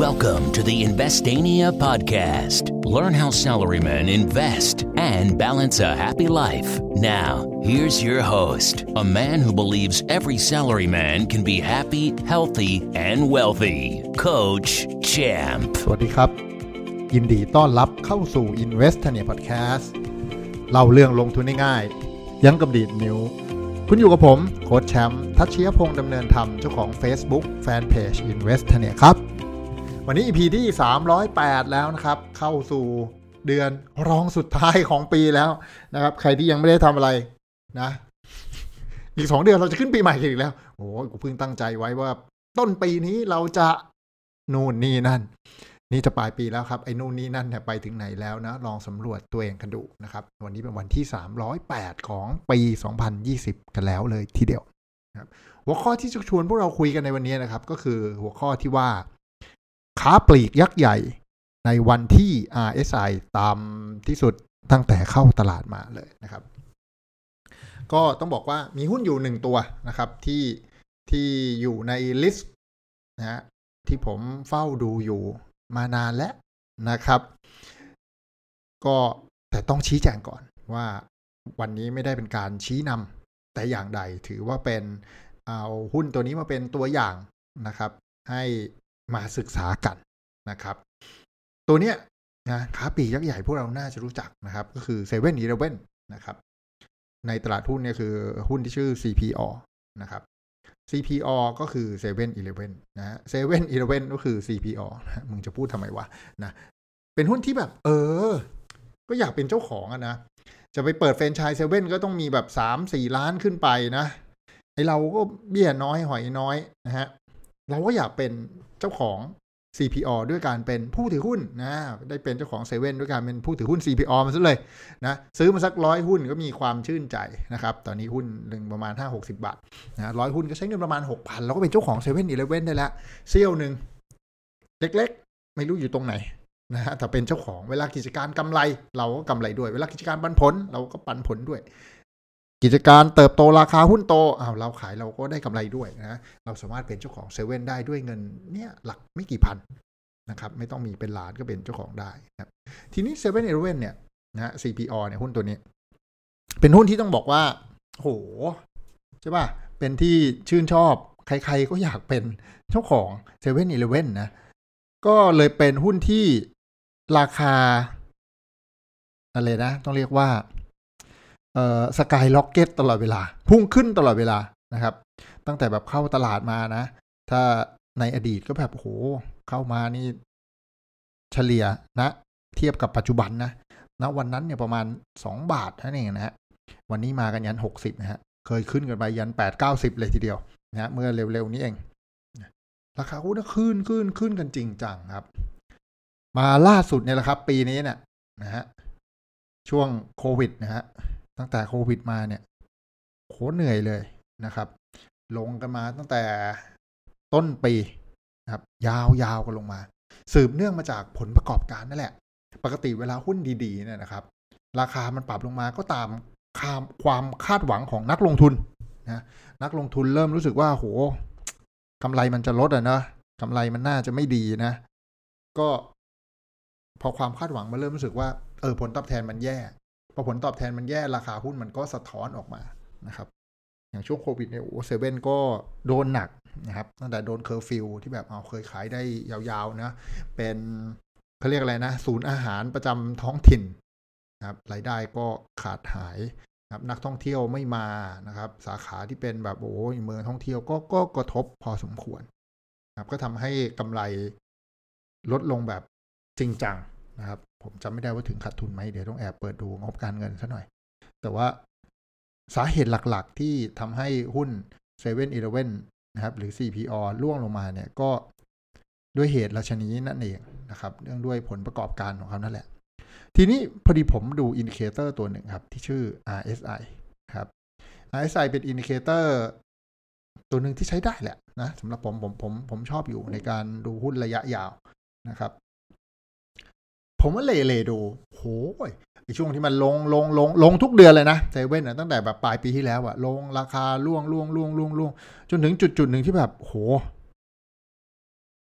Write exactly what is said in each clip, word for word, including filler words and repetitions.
Welcome to the Investania podcast. Learn how salarymen invest and balance a happy life. Now, here's your host, a man who believes every salaryman can be happy, healthy, and wealthy. Coach Champ. สวัสดีครับยินดีต้อนรับเข้าสู่ Investania podcast เล่าเรื่องลงทุนง่ายๆยั้งกับดีดนิ้วคุณอยู่กับผมโค้ชแชมป์ทัชเชียพงษ์ดำเนินธรรมเจ้าของ Facebook Fanpage Investania ครับวันนี้ อี พี ที่สามร้อยแปดแล้วนะครับเข้าสู่เดือนรองสุดท้ายของปีแล้วนะครับใครที่ยังไม่ได้ทำอะไรนะอีกสองเดือนเราจะขึ้นปีใหม่กันอีกแล้วโอ้ยกูเพิ่งตั้งใจไว้ว่าต้นปีนี้เราจะนู่นนี่นั่นนี่จะปลายปีแล้วครับไอ้นู่นนี่นั่นเนี่ยไปถึงไหนแล้วนะลองสำรวจตัวเองกันดูนะครับวันนี้เป็นวันที่สามร้อยแปดของปีสองพันยี่สิบกันแล้วเลยทีเดียวนะครับหัวข้อที่จะชวนพวกเราคุยกันในวันนี้นะครับก็คือหัวข้อที่ว่าค้าปลีกยักษ์ใหญ่ในวันที่ อาร์ เอส ไอ ต่ำที่สุดตั้งแต่เข้าตลาดมาเลยนะครับก็ต้องบอกว่ามีหุ้นอยู่หนึ่งตัวนะครับที่ที่อยู่ในลิสต์นะฮะที่ผมเฝ้าดูอยู่มานานแล้วนะครับก็แต่ต้องชี้แจงก่อนว่าวันนี้ไม่ได้เป็นการชี้นำแต่อย่างใดถือว่าเป็นเอาหุ้นตัวนี้มาเป็นตัวอย่างนะครับให้มาศึกษากันนะครับตัวเนี้ยนะค้าปลีกยักษ์ใหญ่พวกเราน่าจะรู้จักนะครับก็คือ เซเว่น อีเลฟเว่น นะครับในตลาดหุ้นเนี่ยคือหุ้นที่ชื่อ ซี พี อ นะครับ ซี พี อ ก็คือ เซเว่น อีเลฟเว่น นะฮะ เซเว่น อีเลฟเว่น ก็คือ ซี พี อ นะมึงจะพูดทำไมวะนะเป็นหุ้นที่แบบเออก็อยากเป็นเจ้าของอะนะจะไปเปิดแฟรนไชส์เซเว่นก็ต้องมีแบบ สามสี่ ล้านขึ้นไปนะไอเราก็เบี้ยน้อยหอยน้อยนะฮะเราก็อยากเป็นเจ้าของ ซี พี อ ด้วยการเป็นผู้ถือหุ้นนะได้เป็นเจ้าของเซเว่นด้วยการเป็นผู้ถือหุ้น ซี พี อ มาซะเลยนะซื้อมาสักร้อยหุ้นก็มีความชื่นใจนะครับตอนนี้หุ้นหนึ่งประมาณ ห้าหกสิบ บาทนะร้อยหุ้นก็ใช้เงินประมาณ หกพัน แล้วก็เป็นเจ้าของ เซเว่น อีเลฟเว่น ได้แล้วเซี่ยวนึงเล็กๆไม่รู้อยู่ตรงไหนนะฮะแต่เป็นเจ้าของเวลากิจการกำไรเราก็กำไรด้วยเวลากิจการปันผลเราก็ปันผลด้วยกิจการเติบโตราคาหุ้นโตอ้าวเราขายเราก็ได้กำไรด้วยนะเราสามารถเป็นเจ้าของเซเว่นได้ด้วยเงินเนี่ยหลักไม่กี่พันนะครับไม่ต้องมีเป็นล้านก็เป็นเจ้าของได้นะครับทีนี้ เซเว่น อีเลฟเว่น เนี่ยนะ ซี พี อ เนี่ยหุ้นตัวนี้เป็นหุ้นที่ต้องบอกว่าโหใช่ป่ะเป็นที่ชื่นชอบใครๆก็อยากเป็นเจ้าของ เซเว่น อีเลฟเว่น นะก็เลยเป็นหุ้นที่ราคาอะไรนะต้องเรียกว่าเอ่อสกายล็อกเก็ตตลอดเวลาพุ่งขึ้นตลอดเวลานะครับตั้งแต่แบบเข้าตลาดมานะถ้าในอดีตก็แบบโหเข้ามานี่เฉลี่ยนะเทียบกับปัจจุบันนะณวันนั้นเนี่ยประมาณสองบาทนั่นเองนะฮะวันนี้มากันยันหกสิบนะฮะเคยขึ้นกันไปยันแปด เก้าสิบเลยทีเดียวนะเมื่อเร็วๆนี้เองราคาหุ้นขึ้นขึ้นขึ้นกันจริงจังครับมาล่าสุดเนี่ยแหละครับปีนี้เนี่ยนะฮะช่วงโควิดนะฮะตั้งแต่โควิดมาเนี่ยโคตรเหนื่อยเลยนะครับลงกันมาตั้งแต่ต้นปีนะครับยาวๆกันลงมาสืบเนื่องมาจากผลประกอบการนั่นแหละปกติเวลาหุ้นดีๆเนี่ยนะครับราคามันปรับลงมาก็ตามความคาดหวังของนักลงทุนนะนักลงทุนเริ่มรู้สึกว่าโหกำไรมันจะลดอ่ะนะกำไรมันน่าจะไม่ดีนะก็พอความคาดหวังมันเริ่มรู้สึกว่าเออผลตอบแทนมันแย่พอผลตอบแทนมันแย่ราคาหุ้นมันก็สะท้อนออกมานะครับอย่างช่วงโควิดเนี่ยโอ้เซเว่นก็โดนหนักนะครับตั้งแต่โดนเคอร์ฟิวที่แบบเอาเคยขายได้ยาวๆนะเป็นเขาเรียกอะไรนะศูนย์อาหารประจำท้องถิ่นนะครับรายได้ก็ขาดหายนะครับนักท่องเที่ยวไม่มานะครับสาขาที่เป็นแบบโอ้ยเมืองท่องเที่ยวก็ก็กระทบพอสมควรนะครับก็ทำให้กำไรลดลงแบบจริงจังนะครับผมจำไม่ได้ว่าถึงขาดทุนไหมเดี๋ยวต้องแอบเปิดดูงบการเงินซะหน่อยแต่ว่าสาเหตุหลักๆที่ทำให้หุ้น เซเว่น อีเลฟเว่น นะครับหรือ ซี พี อ ร่วงลงมาเนี่ยก็ด้วยเหตุราชนี้นั่นเองนะครับเนื่องด้วยผลประกอบการของเขานั่นแหละทีนี้พอดีผมดูอินดิเคเตอร์ตัวหนึ่งครับที่ชื่อ อาร์ เอส ไอ ครับ อาร์ เอส ไอ เป็นอินดิเคเตอร์ตัวหนึ่งที่ใช้ได้แหละนะสำหรับผมผมผมผมชอบอยู่ในการดูหุ้นระยะยาวนะครับผมว่าเล่ๆดูโหยไอ้ช่วงที่มันลงลงลงลงทุกเดือนเลยนะเซเว่นนะตั้งแต่แบบปลายปีที่แล้วอะลงราคาล่วงล่วงล่วงล่วงล่วงจนถึงจุดจุดหนึ่งที่แบบโห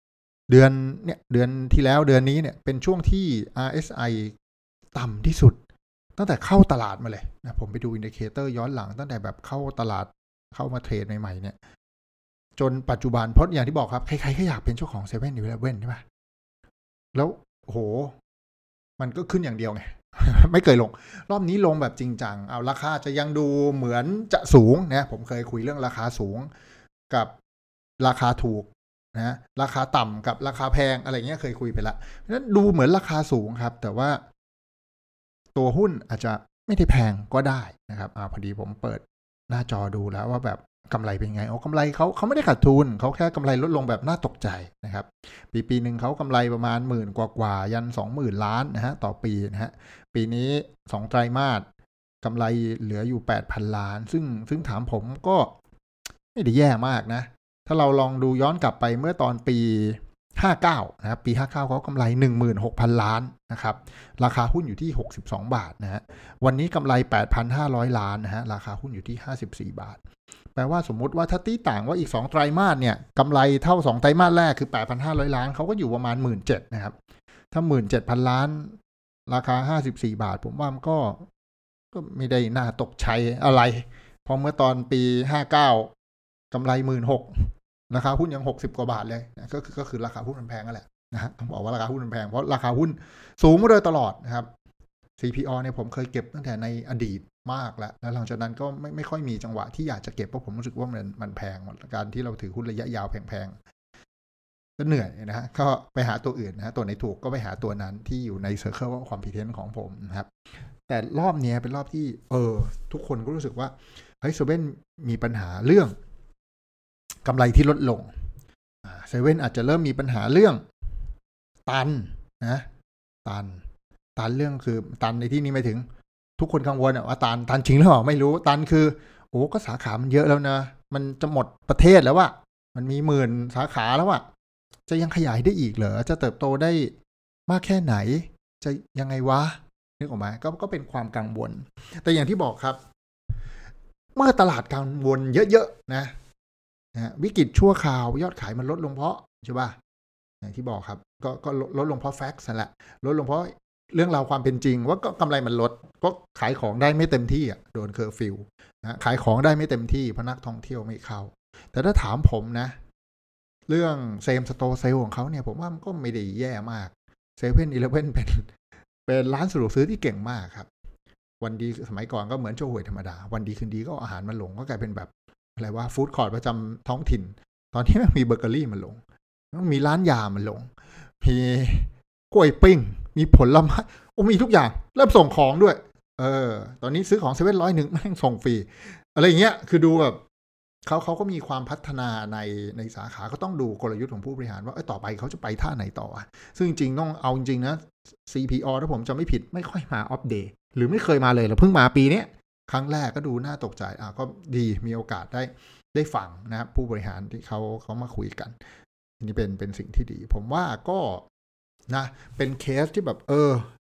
เดือนเนี่ยเดือนที่แล้วเดือนนี้เนี่ยเป็นช่วงที่ อาร์ เอส ไอ ต่ำที่สุดตั้งแต่เข้าตลาดมาเลยนะผมไปดูอินดิเคเตอร์ย้อนหลังตั้งแต่แบบเข้าตลาดเข้ามาเทรดใหม่ๆเนี่ยจนปัจจุบันเพราะอย่างที่บอกครับใครๆก็อยากเป็นเจ้าของเซเว่นอีเลฟเว่นใช่ป่ะแล้วโหมันก็ขึ้นอย่างเดียวไง ไม่เคยลงรอบนี้ลงแบบจริงจังเอาราคาจะยังดูเหมือนจะสูงนะผมเคยคุยเรื่องราคาสูงกับราคาถูกนะราคาต่ำกับราคาแพงอะไรเงี้ยเคยคุยไปละเพราะฉะนั้นดูเหมือนราคาสูงครับแต่ว่าตัวหุ้นอาจจะไม่ได้แพงก็ได้นะครับอ่าพอดีผมเปิดหน้าจอดูแล้วว่าแบบกำไรเป็นไงโอ้กำไรเขาเขาไม่ได้ขาดทุนเขาแค่กำไรลดลงแบบน่าตกใจนะครับปีปีหนึ่งเขากำไรประมาณหมื่นกว่ากว่ายันสองหมื่นล้านนะฮะต่อปีนะฮะปีนี้สองไตรมาสกำไรเหลืออยู่ แปดพัน ล้านซึ่งซึ่งถามผมก็ไม่ได้แย่มากนะถ้าเราลองดูย้อนกลับไปเมื่อตอนปีห้าเก้านะครับปีห้าเก้าเขากำไร หนึ่งหมื่นหกพัน ล้านนะครับราคาหุ้นอยู่ที่หกสิบสองบาทนะฮะวันนี้กำไร แปดพันห้าร้อย ล้านนะฮะราคาหุ้นอยู่ที่ห้าสิบสี่บาทแปลว่าสมมุติว่าถ้าตีต่างว่าอีกสองไตรมาสเนี่ยกำไรเท่าสองไตรมาสแรกคือ แปดพันห้าร้อย ล้านเขาก็อยู่ประมาณ หนึ่งหมื่นเจ็ดพัน นะครับถ้า หนึ่งหมื่นเจ็ดพัน ล้านราคาห้าสิบสี่บาทผมว่ามันก็ก็ไม่ได้น่าตกใจอะไรเพราะเมื่อตอนปีห้าเก้ากำไร หนึ่งหมื่นหกพัน ราคาหุ้นยังหกสิบกว่าบาทเลยนะก็คือก็คือราคาหุ้นมันแพงนั่นแหละนะฮะต้องบอกว่าราคาหุ้นมันแพงเพราะราคาหุ้นสูงมาโดยตลอดนะครับ ซี พี อ เนี่ยผมเคยเก็บตั้งแต่ในอดีตมากแล้วแล้วหลังจากนั้นก็ไม่ไม่ค่อยมีจังหวะที่อยากจะเก็บเพราะผมรู้สึกว่ามันมันแพงหมดการที่เราถือหุ้นระยะยาวแพงๆก็เหนื่อยนะฮะก็ไปหาตัวอื่นนะฮะตัวไหนถูกก็ไปหาตัวนั้นที่อยู่ในเซอร์เคิลความผิดเห็นของผมนะครับแต่รอบนี้เป็นรอบที่เออทุกคนก็รู้สึกว่าเฮ้ยเซเว่นมีปัญหาเรื่องกำไรที่ลดลงเซเว่นอาจจะเริ่มมีปัญหาเรื่องตันนะตันตันเรื่องคือตันในที่นี้หมายถึงทุกคนกังวลว่าตันตันจริงหรือเปล่าไม่รู้ตันคือโอ้ก็สาขามันเยอะแล้วนะมันจะหมดประเทศแล้วว่ะมันมีหมื่นสาขาแล้วว่ะจะยังขยายได้อีกเหรอจะเติบโตได้มากแค่ไหนจะยังไงวะนึกออกไหมก็ก็เป็นความกังวลแต่อย่างที่บอกครับเมื่อตลาดกังวลเยอะๆนะนะวิกฤตชั่วคราวยอดขายมันลดลงเพราะใช่ป่ะอย่างที่บอกครับก็ก็ลดลงเพราะแฟกต์นั่นแหละลดลงเพราะเรื่องราวความเป็นจริงว่าก็กำไรมันลดก็ขายของได้ไม่เต็มที่อ่ะโดนเคอร์ฟิวนะขายของได้ไม่เต็มที่เพราะนักท่องเที่ยวไม่เข้าแต่ถ้าถามผมนะเรื่องเซมสโตร์เซลของเขาเนี่ยผมว่ามันก็ไม่ได้แย่มากเซเว่นอีเลฟเว่นเป็นเป็นร้านสะดวกซื้อที่เก่งมากครับวันดีสมัยก่อนก็เหมือนโชห่วยธรรมดาวันดีคืนดีก็อาหารมันหลงก็กลายเป็นแบบอะไรว่าฟู้ดคอร์ทประจำท้องถิ่นตอนนี้มันมีเบเกอรี่มันหลงมีร้านยามันหลงมีกล้วยปิ้งมีผลไม้โอ้มีทุกอย่างเริ่มส่งของด้วยเออตอนนี้ซื้อของเซเว่นร้อยหนึ่งแม่งส่งฟรีอะไรอย่างเงี้ยคือดูแบบเขาเขาก็มีความพัฒนาในในสาขาก็ต้องดูกลยุทธ์ของผู้บริหารว่าเอ้ยต่อไปเขาจะไปท่าไหนต่อซึ่งจริงๆต้องเอาจริงๆนะ ซี พี อ ถ้าผมจะไม่ผิดไม่ค่อยมาอัปเดตหรือไม่เคยมาเลยเราเพิ่งมาปีนี้ครั้งแรกก็ดูน่าตกใจอ่ะก็ดีมีโอกาสได้ได้ฟังนะครับผู้บริหารที่เขาเขามาคุยกันนี่เป็นเป็นสิ่งที่ดีผมว่าก็นะเป็นเคสที่แบบเออ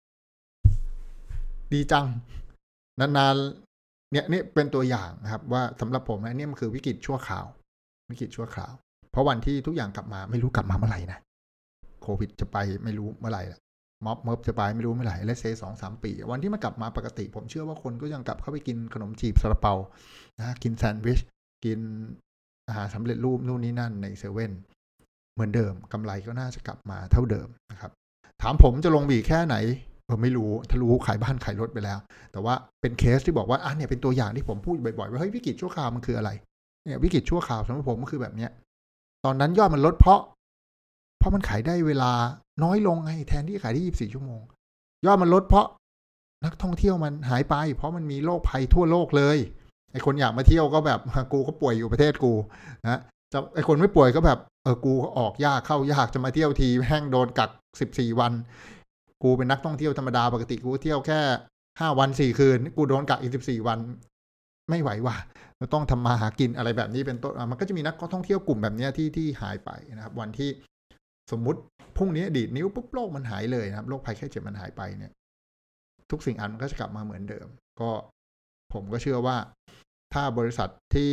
ดีจังนานๆเนี่ยนี่เป็นตัวอย่างนะครับว่าสำหรับผมนะเนี่ยมันคือวิกฤตชั่วคราววิกฤตชั่วคราวเพราะวันที่ทุกอย่างกลับมาไม่รู้กลับมาเมื่อไหร่นะโควิดจะไปไม่รู้เมื่อไหร่ละม็อบเมิร์ฟจะไปไม่รู้เมื่อไหร่และเซสองสามปีวันที่มันกลับมาปกติผมเชื่อว่าคนก็ยังกลับเข้าไปกินขนมจีบซาลาเปานะกินแซนด์วิชกินอาหารสำเร็จรูปนู่นนี่นั่นในเซเว่นเหมือนเดิมกำไรก็น่าจะกลับมาเท่าเดิมนะครับถามผมจะลงบีแค่ไหนเออไม่รู้ถ้ารู้ขายบ้านขายรถไปแล้วแต่ว่าเป็นเคสที่บอกว่าอ่ะเนี่ยเป็นตัวอย่างที่ผมพูดบ่อยๆว่าเฮ้ยวิกฤตชั่วคราวมันคืออะไรเนี่ยวิกฤตชั่วคราวสำหรับผมก็คือแบบเนี้ยตอนนั้นยอดมันลดเพราะเพราะมันขายได้เวลาน้อยลงไงแทนที่ขายได้ยี่สิบสี่ชั่วโมงยอดมันลดเพราะนักท่องเที่ยวมันหายไปเพราะมันมีโรคภัยทั่วโลกเลยไอ้คนอยากมาเที่ยวก็แบบกูก็ป่วยอยู่ประเทศกูนะจะไอ้คนไม่ป่วยก็แบบเออกูออกยากเข้ายากจะมาเที่ยวทีแห้งโดนกักสิบสี่วันกูเป็นนักท่องเที่ยวธรรมดาปกติกูเที่ยวแค่ห้าวันสี่คืนกูโดนกักอีกสิบสี่วันไม่ไหวว่ะเราต้องทำมาหากินอะไรแบบนี้เป็นต้นมันก็จะมีนักท่องเที่ยวกลุ่มแบบนี้ที่ที่หายไปนะครับวันที่สมมุติพรุ่งนี้ดีดนิ้วปุ๊บโรคมันหายเลยนะครับโรคภัยไข้เจ็บมันหายไปเนี่ยทุกสิ่งอันมันก็จะกลับมาเหมือนเดิมก็ผมก็เชื่อว่าถ้าบริษัทที่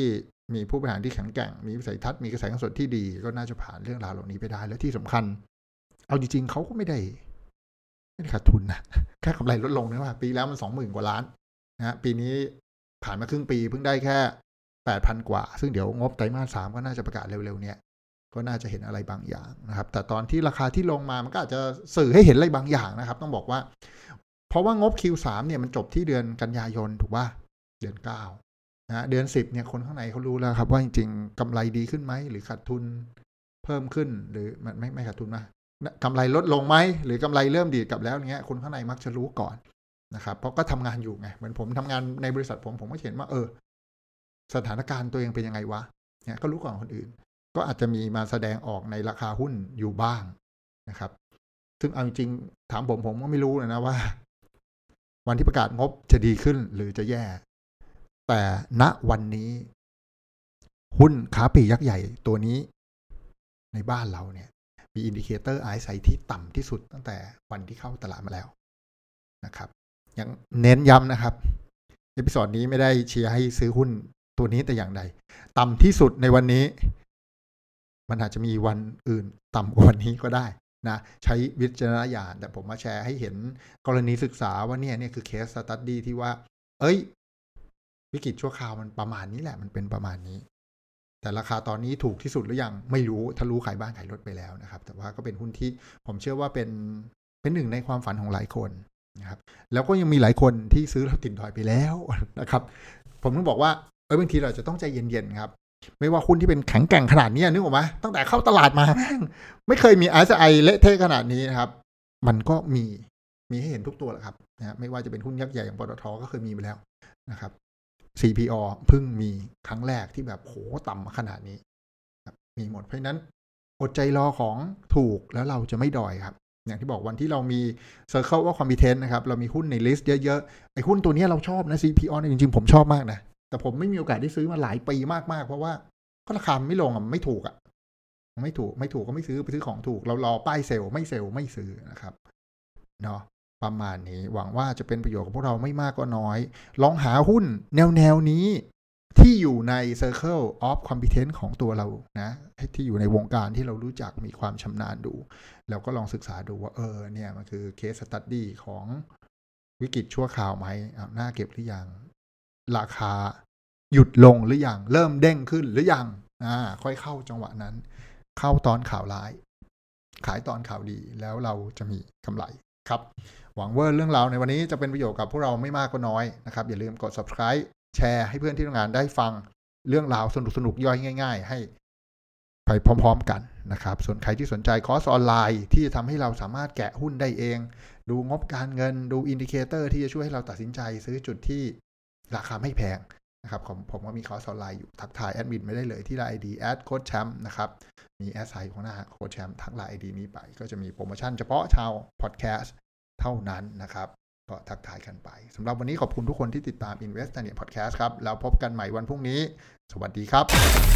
มีผู้บริหารที่แข็งแกร่งมีวิสัยทัศน์มีกระแสเงินสดที่ดีก็น่าจะผ่านเรื่องราวเหล่านี้ไปได้และที่สำคัญเอาจริงๆเขาก็ไม่ได้ไม่ได้ขาดทุนนะแค่กำไรลดลงนะว่าปีแล้วมัน สองหมื่น กว่าล้านนะปีนี้ผ่านมาครึ่งปีเพิ่งได้แค่ แปดพัน กว่าซึ่งเดี๋ยวงบไตรมาสสามก็น่าจะประกาศเร็วๆเนี้ยก็น่าจะเห็นอะไรบางอย่างนะครับแต่ตอนที่ราคาที่ลงมามันก็อาจจะสื่อให้เห็นอะไรบางอย่างนะครับต้องบอกว่าเพราะว่างบ คิว สาม เนี่ยมันจบที่เดือนกันยายนถูกป่ะเดือนเก้านะเดือนสิบเนี่ยคนข้างในเขารู้แล้วครับว่าจริงๆกำไรดีขึ้นไหมหรือขาดทุนเพิ่มขึ้นหรือมันไม่ไม่ขาดทุนนะกำไรลดลงไหมหรือกำไรเริ่มดีดกลับแล้วเงี้ยคนข้างในมักจะรู้ก่อนนะครับเพราะก็ทำงานอยู่ไงเหมือนผมทำงานในบริษัทผมผมก็เห็นว่าเออสถานการณ์ตัวเองเป็นยังไงวะเนี่ยก็รู้ก่อนคนอื่นก็อาจจะมีมาแสดงออกในราคาหุ้นอยู่บ้างนะครับซึ่งเอาจริงถามผมผมก็ไม่รู้เลยนะว่าวันที่ประกาศงบจะดีขึ้นหรือจะแย่แต่ณวันนี้หุ้นค้าปลีกยักษ์ใหญ่ตัวนี้ในบ้านเราเนี่ยมีอินดิเคเตอร์ อาร์ เอส ไอ ที่ต่ำที่สุดตั้งแต่วันที่เข้าตลาดมาแล้วนะครับยังเน้นย้ำนะครับเอพิโซดนี้ไม่ได้เชียร์ให้ซื้อหุ้นตัวนี้แต่อย่างใดต่ำที่สุดในวันนี้มันอาจจะมีวันอื่นต่ำกว่าวันนี้ก็ได้นะใช้วิจารณญาณแต่ผมมาแชร์ให้เห็นกรณีศึกษาว่าเนี่ยเนี่ยคือเคสสตั๊ดดี้ที่ว่าเอ้ยวิกฤตชั่วคราวมันประมาณนี้แหละมันเป็นประมาณนี้แต่ราคาตอนนี้ถูกที่สุดหรือยังไม่รู้ถ้ารู้ขายบ้านขายรถไปแล้วนะครับแต่ว่าก็เป็นหุ้นที่ผมเชื่อว่าเป็นเป็นหนึ่งในความฝันของหลายคนนะครับแล้วก็ยังมีหลายคนที่ซื้อแล้วติดดอยไปแล้วนะครับผมต้องบอกว่าเอ้ยบางทีเราจะต้องใจเย็นๆครับไม่ว่าหุ้นที่เป็นแข็งแกร่งขนาดนี้นึกออกไหมตั้งแต่เข้าตลาดมาแม่งไม่เคยมี อาร์ เอส ไอ เละเทะขนาดนี้นะครับมันก็มีมีให้เห็นทุกตัวแหละครับนะไม่ว่าจะเป็นหุ้นยักษ์ใหญ่อย่างปตท.ก็เคยมีไปแล้วนะครับ ซี พี อ เพิ่งมีครั้งแรกที่แบบโหต่ำมาขนาดนี้ครับมีหมดเพราะฉะนั้นอดใจรอของถูกแล้วเราจะไม่ดอยครับอย่างที่บอกวันที่เรามี Circle of Competence นะครับเรามีหุ้นในลิสต์เยอะๆไอ้หุ้นตัวนี้เราชอบนะ ซี พี อ เนี่ยจริงๆผมชอบมากนะแต่ผมไม่มีโอกาสได้ซื้อมาหลายปีมากๆเพราะว่าก็ราคาไม่ลงอ่ะไม่ถูกอ่ะไม่ถูกไม่ถูกก็ไม่ซื้อไปซื้อของถูกเรารอป้ายเซลล์ไม่เซลล์ไม่ซื้อนะครับเนาะประมาณนี้หวังว่าจะเป็นประโยชน์กับพวกเราไม่มากก็น้อยลองหาหุ้นแนวแนวนี้ที่อยู่ใน Circle of Competence ของตัวเรานะที่อยู่ในวงการที่เรารู้จักมีความชำนาญดูแล้วก็ลองศึกษาดูว่าเออเนี่ยมันคือ Case Study ของวิกฤตชั่วคราวไหมเอาหน้าเก็บหรือยังราคาหยุดลงหรือยังเริ่มเด้งขึ้นหรือยังอ่าค่อยเข้าจังหวะนั้นเข้าตอนข่าวร้ายขายตอนข่าวดีแล้วเราจะมีกำไรครับหวังว่าเรื่องราวในวันนี้จะเป็นประโยชน์กับพวกเราไม่มากก็น้อยนะครับอย่าลืมกด Subscribe แชร์ให้เพื่อนที่ทำงานได้ฟังเรื่องราวสนุกๆย่อยง่ายๆให้ไปพร้อมๆกันนะครับส่วนใครที่สนใจคอร์สออนไลน์ที่จะทำให้เราสามารถแกะหุ้นได้เองดูงบการเงินดูอินดิเคเตอร์ที่จะช่วยให้เราตัดสินใจซื้อจุดที่ราคาไม่แพงนะครับผมผมก็มีคอร์สออนไลน์อยู่ทักทายแอดมินไม่ได้เลยที่ไลน์ ไอ ดี แอด โค้ชแชมป์นะครับมีแอดไซน์ของหน้าโค้ชแชมป์ทักไลน์ ไอ ดี นี้ไปก็จะมีโปรโมชั่นเฉพาะชาวพอดแคสต์เท่านั้นนะครับก็ทักทายกันไปสำหรับวันนี้ขอบคุณทุกคนที่ติดตาม Investania Podcast ครับแล้วพบกันใหม่วันพรุ่งนี้สวัสดีครับ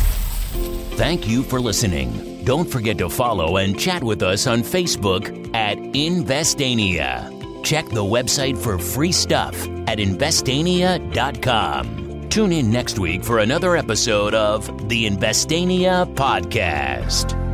Thank you for listening. Don't forget to follow and chat with us on Facebook at Investania. Check the website for free stuff at investania dot com. Tune in next week for another episode of the Investania Podcast.